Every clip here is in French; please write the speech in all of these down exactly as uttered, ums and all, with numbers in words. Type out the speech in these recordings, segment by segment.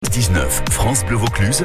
dix-neuf, France Bleu Vaucluse.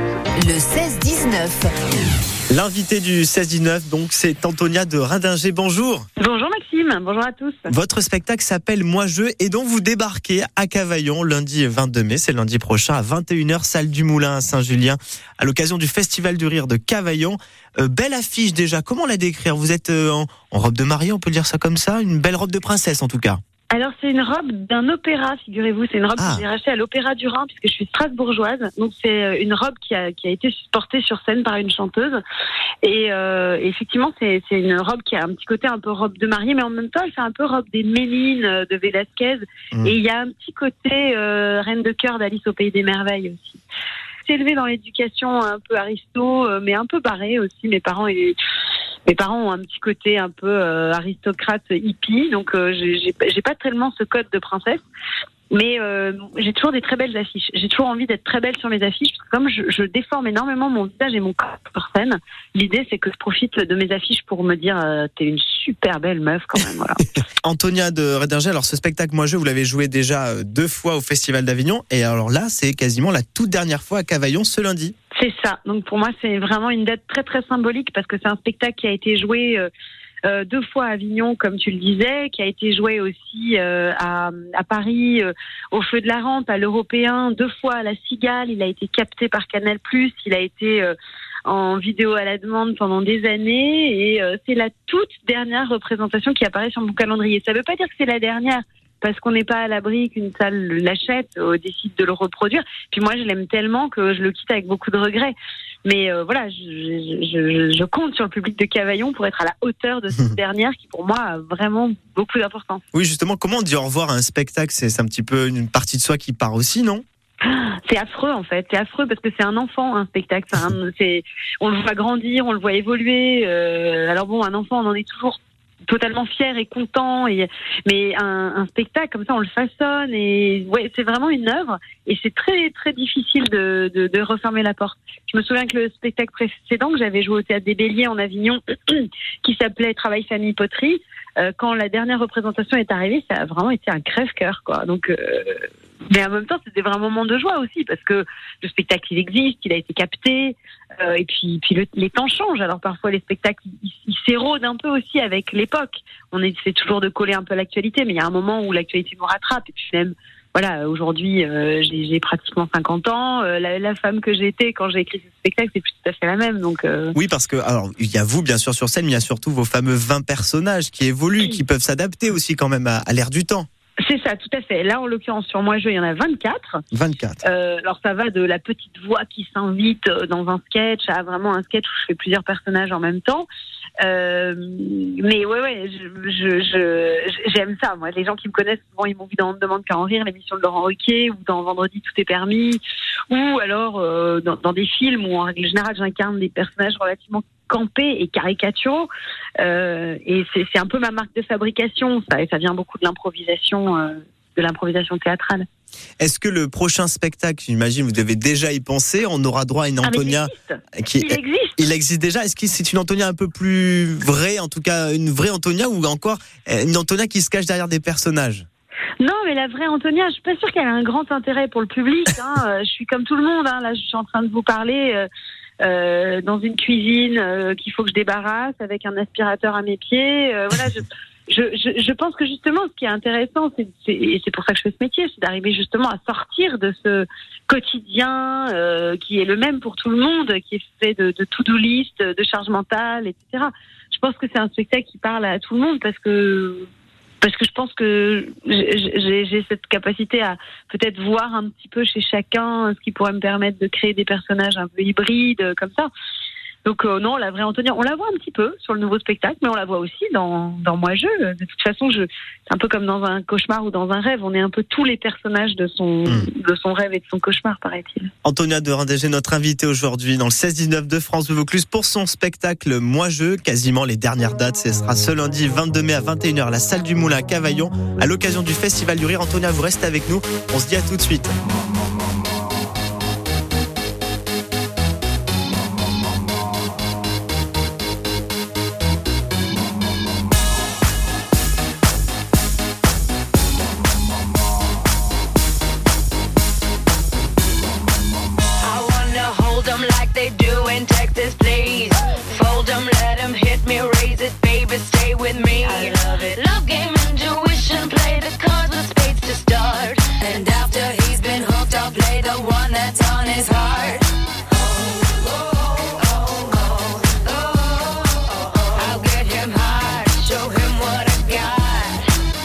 Le seize dix-neuf. L'invité du seize dix-neuf, donc, c'est Antonia de Radinger. Bonjour. Bonjour Maxime, bonjour à tous. Votre spectacle s'appelle Moi Je et dont vous débarquez à Cavaillon lundi vingt-deux mai, c'est lundi prochain à vingt et une heures, salle du Moulin à Saint-Julien, à l'occasion du Festival du Rire de Cavaillon. Euh, belle affiche déjà, comment la décrire? Vous êtes euh, en, en robe de mariée, on peut dire ça comme ça? Une belle robe de princesse en tout cas. Alors c'est une robe d'un opéra, figurez-vous, c'est une robe Ah. que j'ai rachetée à l'Opéra du Rhin puisque je suis strasbourgeoise, donc c'est une robe qui a, qui a été portée sur scène par une chanteuse et euh, effectivement c'est, c'est une robe qui a un petit côté un peu robe de mariée mais en même temps elle fait un peu robe des Mélines de Velasquez mmh. et il y a un petit côté euh, Reine de cœur d'Alice au Pays des Merveilles aussi. C'est élevé dans l'éducation un peu aristo mais un peu barré aussi, mes parents et Mes parents ont un petit côté un peu euh, aristocrate hippie, donc euh, j'ai, j'ai, j'ai pas tellement ce code de princesse, mais euh, j'ai toujours des très belles affiches. J'ai toujours envie d'être très belle sur mes affiches, parce que comme je, je déforme énormément mon visage et mon corps sur scène, l'idée c'est que je profite de mes affiches pour me dire euh, t'es une super belle meuf quand même. Voilà. Antonia de Radinger, alors ce spectacle Moi Je, vous l'avez joué déjà deux fois au Festival d'Avignon, et alors là c'est quasiment la toute dernière fois à Cavaillon ce lundi. C'est ça. Donc pour moi, c'est vraiment une date très très symbolique parce que c'est un spectacle qui a été joué euh, euh, deux fois à Avignon, comme tu le disais, qui a été joué aussi euh, à, à Paris, euh, au Feu de la Rampe, à l'Européen, deux fois à la Cigale. Il a été capté par Canal plus, il a été euh, en vidéo à la demande pendant des années et euh, c'est la toute dernière représentation qui apparaît sur mon calendrier. Ça ne veut pas dire que c'est la dernière, parce qu'on n'est pas à l'abri qu'une salle l'achète, euh, décide de le reproduire. Puis moi, je l'aime tellement que je le quitte avec beaucoup de regrets. Mais euh, voilà, je, je, je, je compte sur le public de Cavaillon pour être à la hauteur de cette dernière qui, pour moi, a vraiment beaucoup d'importance. Oui, justement, comment on dit au revoir à un spectacle? C'est, c'est un petit peu une partie de soi qui part aussi, non? C'est affreux en fait, c'est affreux parce que c'est un enfant, un spectacle. C'est un, c'est, on le voit grandir, on le voit évoluer. Euh, alors bon, un enfant, on en est toujours totalement fier et content, et, mais un, un spectacle comme ça on le façonne et ouais, c'est vraiment une œuvre et c'est très très difficile de, de, de refermer la porte. Je me souviens que le spectacle précédent que j'avais joué au Théâtre des Béliers en Avignon qui s'appelait Travail, famille, poterie, euh, quand la dernière représentation est arrivée, ça a vraiment été un crève-cœur quoi. Donc euh, mais en même temps c'était vraiment un moment de joie aussi parce que le spectacle il existe, il a été capté euh, et puis, puis le, les temps changent, alors parfois les spectacles ils, ils s'érodent un peu aussi avec l'époque. On essaie toujours de coller un peu à l'actualité, mais il y a un moment où l'actualité nous rattrape et puis même voilà, aujourd'hui euh, j'ai, j'ai pratiquement cinquante ans, euh, la, la femme que j'étais quand j'ai écrit ce spectacle c'est plus tout à fait la même donc euh... Oui, parce que alors il y a vous bien sûr sur scène, mais il y a surtout vos fameux vingt personnages qui évoluent, oui. qui peuvent s'adapter aussi quand même à, à l'ère du temps. C'est ça, tout à fait. Là, en l'occurrence, sur Moi Je, il y en a vingt-quatre. vingt-quatre. Euh, alors, ça va de la petite voix qui s'invite dans un sketch à vraiment un sketch où je fais plusieurs personnages en même temps. Euh, mais ouais, ouais, je, je, je, j'aime ça. Moi, les gens qui me connaissent, souvent, ils m'ont vu dans On ne demande qu'à en rire, l'émission de Laurent Ruquier, ou dans Vendredi, tout est permis, ou alors euh, dans, dans des films où, en règle générale, j'incarne des personnages relativement campés et caricaturaux. Euh, et c'est, c'est un peu ma marque de fabrication. Ça, et ça vient beaucoup de l'improvisation, euh, de l'improvisation théâtrale. Est-ce que le prochain spectacle, j'imagine, vous devez déjà y penser, on aura droit à une Antonia ah, qui il existe. Il existe déjà. Est-ce que c'est une Antonia un peu plus vraie, en tout cas une vraie Antonia, ou encore une Antonia qui se cache derrière des personnages? Non, mais la vraie Antonia, je suis pas sûre qu'elle a un grand intérêt pour le public. Hein. Je suis comme tout le monde. Hein. Là, je suis en train de vous parler euh, euh, dans une cuisine euh, qu'il faut que je débarrasse avec un aspirateur à mes pieds. Euh, voilà. Je, je, je, je pense que justement, ce qui est intéressant, c'est, c'est, et c'est pour ça que je fais ce métier, c'est d'arriver justement à sortir de ce quotidien euh, qui est le même pour tout le monde, qui est fait de, de to-do list, de charge mentale, et cetera. Je pense que c'est un spectacle qui parle à tout le monde parce que parce que je pense que j'ai, j'ai cette capacité à peut-être voir un petit peu chez chacun ce qui pourrait me permettre de créer des personnages un peu hybrides comme ça. Donc euh, non, la vraie Antonia, on la voit un petit peu sur le nouveau spectacle, mais on la voit aussi dans, dans Moi Je. De toute façon, je, c'est un peu comme dans un cauchemar ou dans un rêve. On est un peu tous les personnages de son, mmh. de son rêve et de son cauchemar, paraît-il. Antonia de Radinger, notre invitée aujourd'hui dans le seize dix-neuf de France Bleu Vaucluse pour son spectacle Moi Je. Quasiment les dernières dates, ce sera ce lundi vingt-deux mai à vingt et une heures, la salle du Moulin à Cavaillon, à l'occasion du Festival du Rire. Antonia, vous restez avec nous. On se dit à tout de suite. the one that's on his heart. I'll get him hard, show him what I got.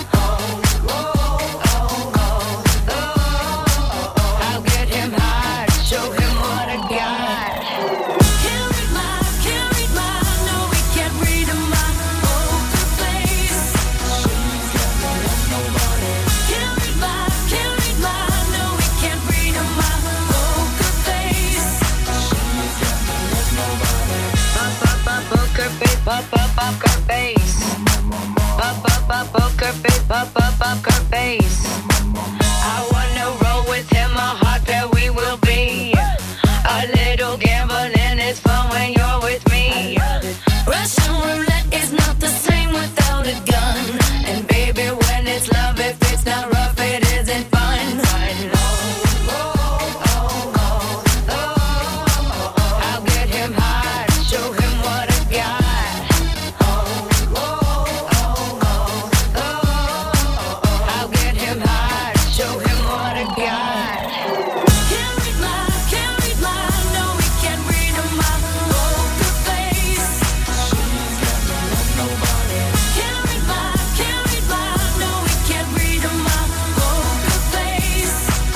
I'll get him hard, show him what I got. Can't read my, can't read my, no, we can't read my poker face. Can't read my, can't read my, no, we can't read my poker face. Pop, pop, pop, poker face, pop, pop, poker face. Pop, pop, pop, poker face, pop, pop, poker face. I wanna roll with him, a hot pair we will be. A little gambling is fun when you're with me. Russian roulette is not the same without a gun. And baby, when it's love, if it's not rough, it isn't fun. I'll get him hard, show him what I got. I'll get him hard, show him what I got. Can't read my, can't read my, no, we can't read my poker face. Can't read my, can't read my, no, we can't read my poker face.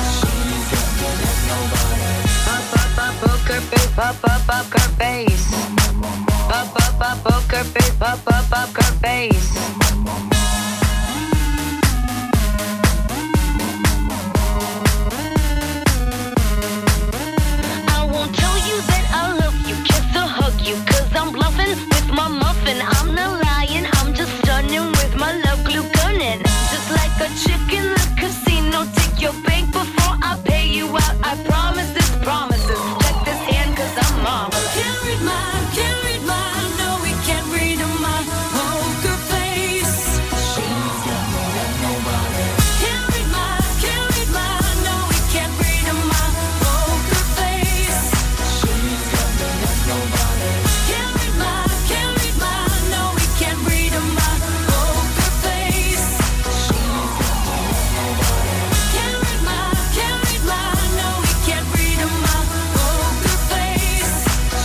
Pop, pop, pop, poker face, pop, pop, poker face. Pop, pop, pop, poker face, pop, pop, poker face. I won't tell you that I love you, kiss or hug you, cause I'm bluffing with my muffin. I'm not lying, I'm just stunning with my love glue gunning. Just like a chick in the casino, take your bank before I pay you out. I promise this, promises. Check this hand cause I'm marvelous. Can't read my, can't read my, no, we can't read my poker face. Can't read my, can't read my, no, we can't read my poker face. Can't read my, can't read my, no, we can't read my poker face. Can't read my, can't read my, no, we can't read my poker face.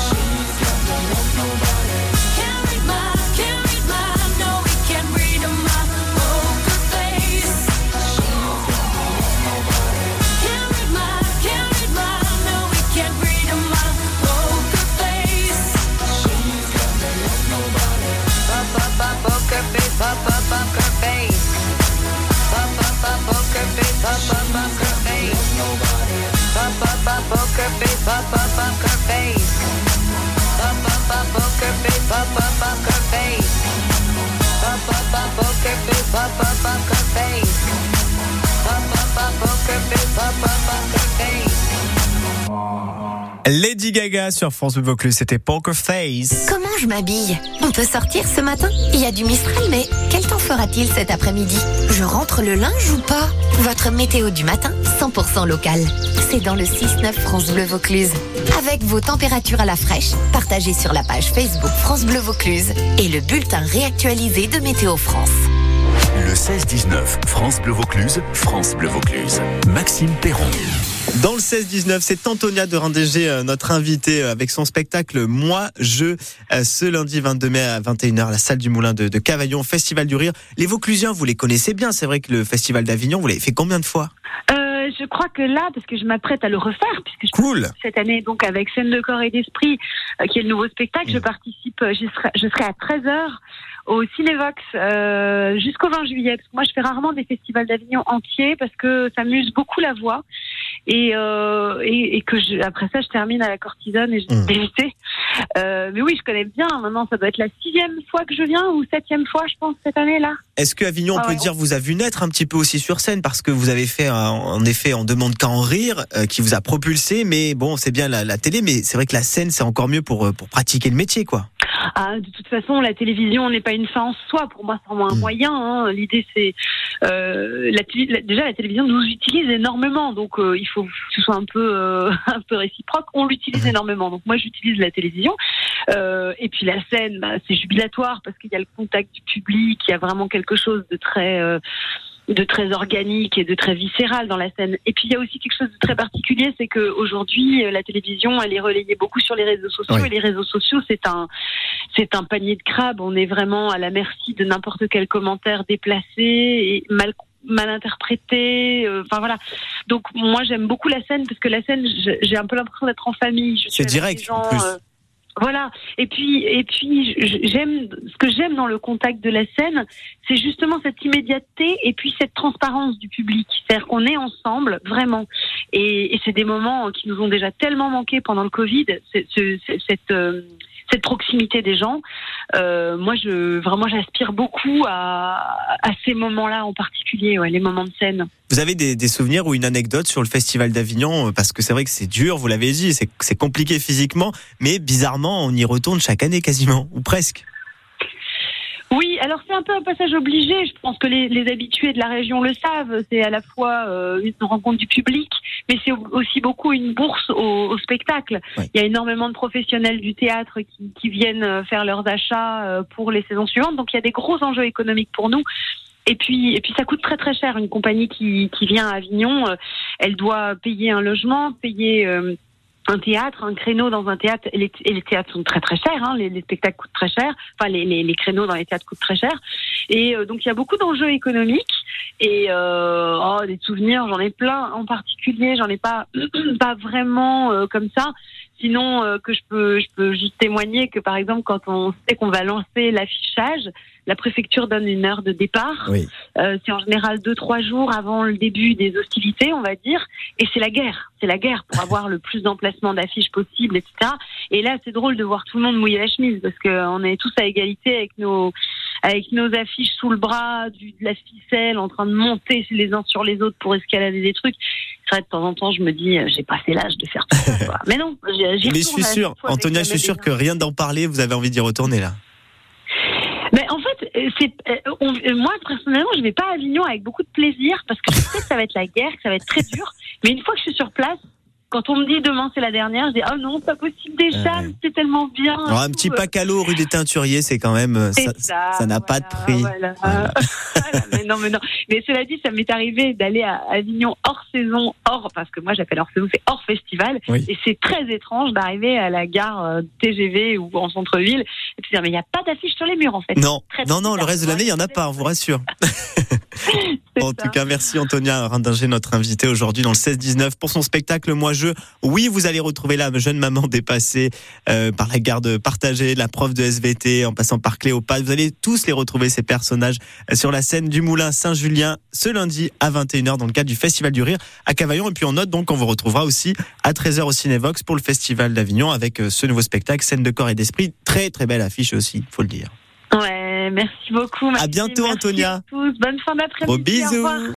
Can't read my, can't read my, no, we can't read my poker face. Can't read my, can't read my, no, we can't read my poker face. Pop, pop, pop, poker face, pop, pop, poker face. Pop, pop, pop, poker face, pop, pop, poker face. Pop, pop, pop, poker face, pop, pop, poker face. Pop, pop, pop, poker face, pop, pop, poker face. Pop, pop, pop, poker face, pop, pop, poker face. Pop, pop, pop, poker face, pop, pop, poker face. Lady Gaga sur France Bleu Vaucluse, c'était Poker Face. Comment je m'habille? On peut sortir ce matin? Il y a du Mistral, mais quel temps fera-t-il cet après-midi? Je rentre le linge ou pas? Votre météo du matin, cent pour cent local. C'est dans le six neuf France Bleu Vaucluse. Avec vos températures à la fraîche, partagées sur la page Facebook France Bleu Vaucluse et le bulletin réactualisé de Météo France. Le seize dix-neuf, France Bleu Vaucluse, France Bleu Vaucluse. Maxime Perron. Dans le seize dix-neuf, c'est Antonia de Rindégé, notre invitée, avec son spectacle Moi, je, ce lundi vingt-deux mai à vingt et une heures, à la salle du Moulin de, de Cavaillon, Festival du Rire. Les Vauclusiens, vous les connaissez bien, c'est vrai que le Festival d'Avignon, vous l'avez fait combien de fois? Euh, je crois que là, parce que je m'apprête à le refaire, puisque je Cool. cette année, donc avec Scène de corps et d'esprit, euh, qui est le nouveau spectacle, mmh. je participe, euh, je serai, je serai à treize heures au Cinévox euh, jusqu'au vingt juillet. Parce que moi, je fais rarement des festivals d'Avignon entiers parce que ça m'use beaucoup la voix. Et, euh, et, et que je, après ça, je termine à la Cortisone et je mmh. dégoûtée. Euh, mais oui, je connais bien. Maintenant, ça doit être la sixième fois que je viens ou septième fois, je pense, cette année-là. Est-ce que Avignon, on ah peut ouais. dire, vous a vu naître un petit peu aussi sur scène, parce que vous avez fait, en effet, On demande qu'à en rire, euh, qui vous a propulsé. Mais bon, c'est bien la, la télé, mais c'est vrai que la scène, c'est encore mieux pour pour pratiquer le métier, quoi. Ah, de toute façon, la télévision n'est pas une fin en soi. Pour moi, c'est vraiment un mmh. moyen. Hein. L'idée, c'est euh, la, la, déjà la télévision nous utilise énormément, donc euh, il faut que ce soit un peu euh, un peu réciproque. On l'utilise mmh. énormément. Donc moi, j'utilise la télévision. Euh, et puis la scène, bah, c'est jubilatoire parce qu'il y a le contact du public. Il y a vraiment quelque chose de très euh, de très organique et de très viscéral dans la scène. Et puis il y a aussi quelque chose de très particulier, c'est qu'aujourd'hui la télévision elle est relayée beaucoup sur les réseaux sociaux oui. et les réseaux sociaux c'est un c'est un panier de crabes. On est vraiment à la merci de n'importe quel commentaire déplacé et mal mal interprété. Enfin euh, voilà. Donc moi j'aime beaucoup la scène parce que la scène j'ai un peu l'impression d'être en famille. Je c'est direct. Gens, en plus. Euh, Voilà. Et puis, et puis, j'aime ce que j'aime dans le contact de la scène, c'est justement cette immédiateté et puis cette transparence du public. C'est-à-dire qu'on est ensemble vraiment. Et, et c'est des moments qui nous ont déjà tellement manqué pendant le Covid. C'est, c'est, c'est, cette euh, cette proximité des gens. Euh, moi, je vraiment, j'aspire beaucoup à, à ces moments-là en particulier, ouais, les moments de scène. Vous avez des, des souvenirs ou une anecdote sur le Festival d'Avignon? Parce que c'est vrai que c'est dur, vous l'avez dit, c'est, c'est compliqué physiquement, mais bizarrement, on y retourne chaque année quasiment, ou presque. Oui, alors c'est un peu un passage obligé. Je pense que les, les habitués de la région le savent. C'est à la fois euh, une rencontre du public, mais c'est aussi beaucoup une bourse au, au spectacle. Oui. Il y a énormément de professionnels du théâtre qui, qui viennent faire leurs achats pour les saisons suivantes. Donc il y a des gros enjeux économiques pour nous. Et puis, et puis ça coûte très très cher. Une compagnie qui, qui vient à Avignon, elle doit payer un logement, payer euh, un théâtre, un créneau dans un théâtre, et les, et les théâtres sont très très chers, hein, les, les spectacles coûtent très cher, enfin les, les, les créneaux dans les théâtres coûtent très cher, et euh, donc il y a beaucoup d'enjeux économiques, et euh, oh, des souvenirs, j'en ai plein, en particulier, j'en ai pas pas vraiment euh, comme ça, sinon euh, que je peux je peux juste témoigner que par exemple quand on sait qu'on va lancer l'affichage, la préfecture donne une heure de départ. Oui. Euh, c'est en général deux, trois jours avant le début des hostilités, on va dire. Et c'est la guerre. C'est la guerre pour avoir le plus d'emplacements d'affiches possible, et cetera. Et là, c'est drôle de voir tout le monde mouiller la chemise parce qu'on est tous à égalité avec nos, avec nos affiches sous le bras, du, de la ficelle, en train de monter les uns sur les autres pour escalader des trucs. C'est vrai, de temps en temps, je me dis, j'ai passé l'âge de faire tout ça, quoi. Mais non, j'y Mais je suis sûr, Antonia, je suis sûr que rien d'en parler, vous avez envie d'y retourner, là. Mais en fait, c'est, on, moi personnellement, je vais pas à Avignon avec beaucoup de plaisir parce que je sais que ça va être la guerre, que ça va être très dur. Mais une fois que je suis sur place, quand on me dit demain c'est la dernière, je dis oh non, pas possible déjà, ouais. C'est tellement bien. Alors, un petit pacalo rue des Teinturiers, c'est quand même ça, ça, ça n'a voilà, pas de prix. Voilà. Voilà. mais non, mais non. Mais cela dit, ça m'est arrivé d'aller à Avignon hors saison, hors parce que moi j'appelle hors saison, c'est hors festival, oui. Et c'est très étrange d'arriver à la gare T G V ou en centre-ville et puis dire mais il n'y a pas d'affiche sur les murs en fait. Non, très, non, non, le reste de l'année il y en a pas, on vous rassure. En ça. Tout cas, merci Antonia Rindinger, notre invitée aujourd'hui dans le seize dix-neuf pour son spectacle Moi Je. Oui, vous allez retrouver la jeune maman dépassée euh, par la garde partagée, la prof de S V T, en passant par Cléopâtre. Vous allez tous les retrouver, ces personnages, sur la scène du Moulin Saint-Julien ce lundi à vingt et une heures dans le cadre du Festival du Rire à Cavaillon. Et puis on note donc qu'on vous retrouvera aussi à treize heures au Cinévox pour le Festival d'Avignon avec ce nouveau spectacle, Scène de corps et d'esprit. Très très belle affiche aussi, faut le dire. Ouais, merci beaucoup. Maxime. À bientôt, merci Antonia. À tous. Bonne fin d'après-midi. Gros bisous. Au revoir.